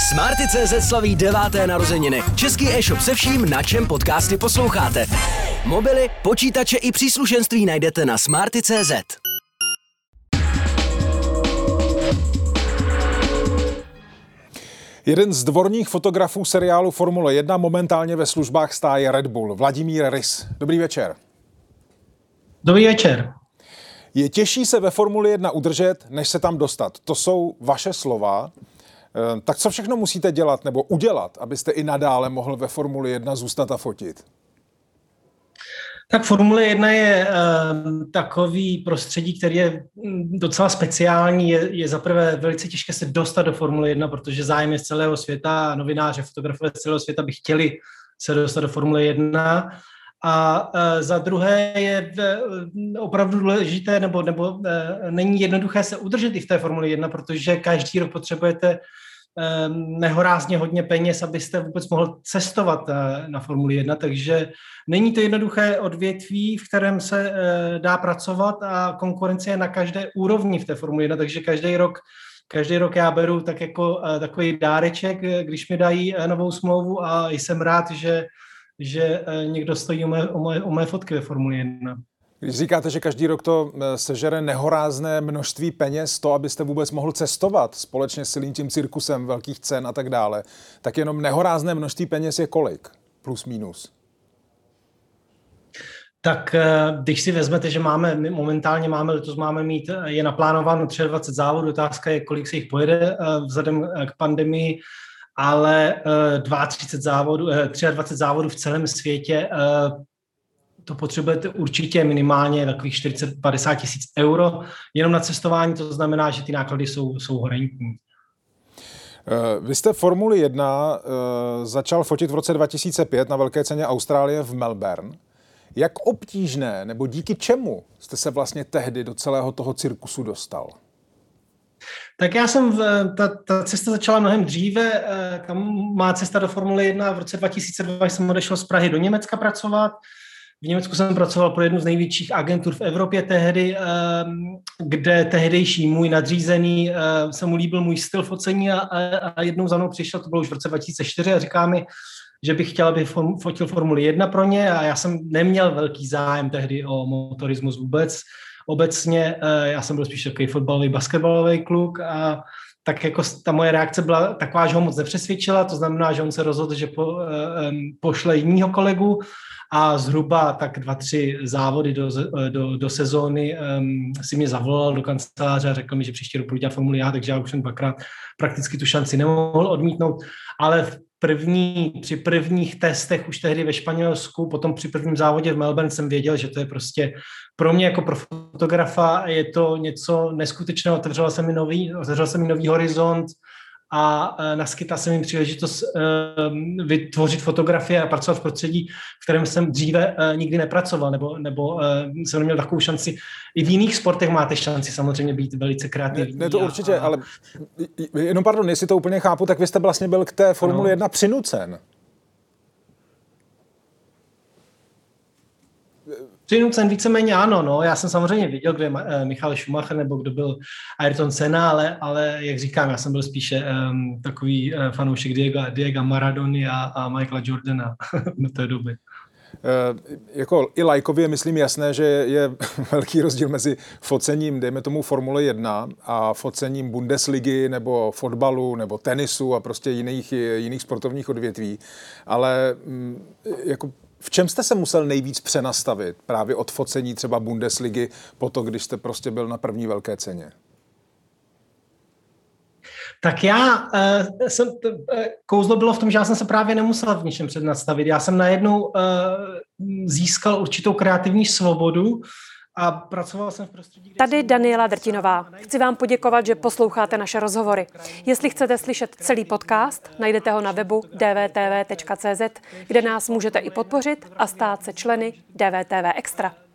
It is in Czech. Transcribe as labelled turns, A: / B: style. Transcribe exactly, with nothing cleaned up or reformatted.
A: Smarty tečka cé zet slaví deváté narozeniny. Český e-shop se vším, na čem podcasty posloucháte. Mobily, počítače i příslušenství najdete na smarty tečka cé zet.
B: Jeden z dvorních fotografů seriálu Formule jedna momentálně ve službách stáje Red Bull, Vladimír Rys. Dobrý večer.
C: Dobrý večer.
B: Je těžší se ve Formuli jedna udržet, než se tam dostat. To jsou vaše slova. Tak co všechno musíte dělat nebo udělat, abyste i nadále mohl ve Formuli jedna zůstat a fotit?
C: Tak Formule jedna je uh, takový prostředí, který je docela speciální. Je, je zaprvé velice těžké se dostat do Formule jedna, protože zájem je z celého světa a novináři, fotografové z celého světa by chtěli se dostat do Formule jedna. A uh, za druhé je uh, opravdu důležité, nebo, nebo uh, není jednoduché se udržet i v té Formule jedna, protože každý rok potřebujete nehorázně hodně peněz, abyste vůbec mohl cestovat na Formuli jedna, takže není to jednoduché odvětví, v kterém se dá pracovat a konkurence je na každé úrovni v té Formuli jedna, takže každý rok, každý rok já beru tak jako takový dáreček, když mi dají novou smlouvu a jsem rád, že, že někdo stojí o mé, o mé, o mé fotky ve Formuli jedna.
B: Když říkáte, že každý rok to sežere nehorázné množství peněz, to, abyste vůbec mohl cestovat společně s celým tím cirkusem velkých cen a tak dále, tak jenom nehorázné množství peněz je kolik? Plus, minus.
C: Tak když si vezmete, že máme, momentálně máme, letos máme mít, je naplánováno dvacet tři závodů, otázka je, kolik se jich pojede vzhledem k pandemii, ale třicet dva závodů, dvacet tři závodů v celém světě, to potřebujete určitě minimálně takových čtyřicet padesát tisíc euro jenom na cestování, to znamená, že ty náklady jsou, jsou horentní.
B: Vy jste Formuli jedna začal fotit v roce dva tisíce pět na Velké ceně Austrálie v Melbourne. Jak obtížné, nebo díky čemu jste se vlastně tehdy do celého toho cirkusu dostal?
C: Tak já jsem, v, ta, ta cesta začala mnohem dříve, má cesta do Formule jedna v roce dva tisíce dva jsem odešel z Prahy do Německa pracovat. V Německu jsem pracoval pro jednu z největších agentur v Evropě tehdy, kde tehdejší můj nadřízený se mu líbil můj styl focení a, a jednou za mnou přišel, to bylo už v roce dva tisíce čtyři a říká mi, že bych chtěl, aby fotil Formuli jedna pro ně a já jsem neměl velký zájem tehdy o motorismus vůbec. Obecně já jsem byl spíš takový fotbalový, basketbalový kluk a tak jako ta moje reakce byla taková, že ho moc nepřesvědčila, to znamená, že on se rozhodl, že po, pošle jinýho kolegu a zhruba tak dva, tři závody do, do, do sezóny um, si mě zavolal do kanceláře a řekl mi, že příští rok budu dělat Formuli jedna, takže já už jsem dvakrát prakticky tu šanci nemohl odmítnout, ale v první, při prvních testech už tehdy ve Španělsku, potom při prvním závodě v Melbourne jsem věděl, že to je prostě pro mě jako pro fotografa je to něco neskutečného, otevřela se mi nový, otevřel se mi nový horizont a naskytla se mi příležitost vytvořit fotografie a pracovat v prostředí, v kterém jsem dříve nikdy nepracoval, nebo, nebo jsem neměl takovou šanci. I v jiných sportech máte šanci samozřejmě být velice kreativní.
B: Ne, ne to určitě, a... ale jenom pardon, jestli to úplně chápu, tak vy jste vlastně byl k té Formule jedna přinucen.
C: Přinucen víceméně ano, no. Já jsem samozřejmě viděl, kdo je Michael Schumacher nebo kdo byl Ayrton Senna, ale, ale jak říkám, já jsem byl spíše um, takový uh, fanoušek Diego, Diego Maradony a, a Michaela Jordana do té doby.
B: E, jako i lajkově myslím jasné, že je velký rozdíl mezi focením, dejme tomu Formule jedna a focením Bundesligy nebo fotbalu nebo tenisu a prostě jiných, jiných sportovních odvětví, ale m, jako v čem jste se musel nejvíc přenastavit právě od focení třeba Bundesligy po to, když jste prostě byl na první velké ceně?
C: Tak já uh, jsem, uh, kouzlo bylo v tom, že já jsem se právě nemusel v ničem přednastavit. Já jsem najednou uh, získal určitou kreativní svobodu a pracoval jsem v prostředí...
D: Tady Daniela Drtinová. Chci vám poděkovat, že posloucháte naše rozhovory. Jestli chcete slyšet celý podcast, najdete ho na webu d v t v tečka c z, kde nás můžete i podpořit a stát se členy D V T V Extra.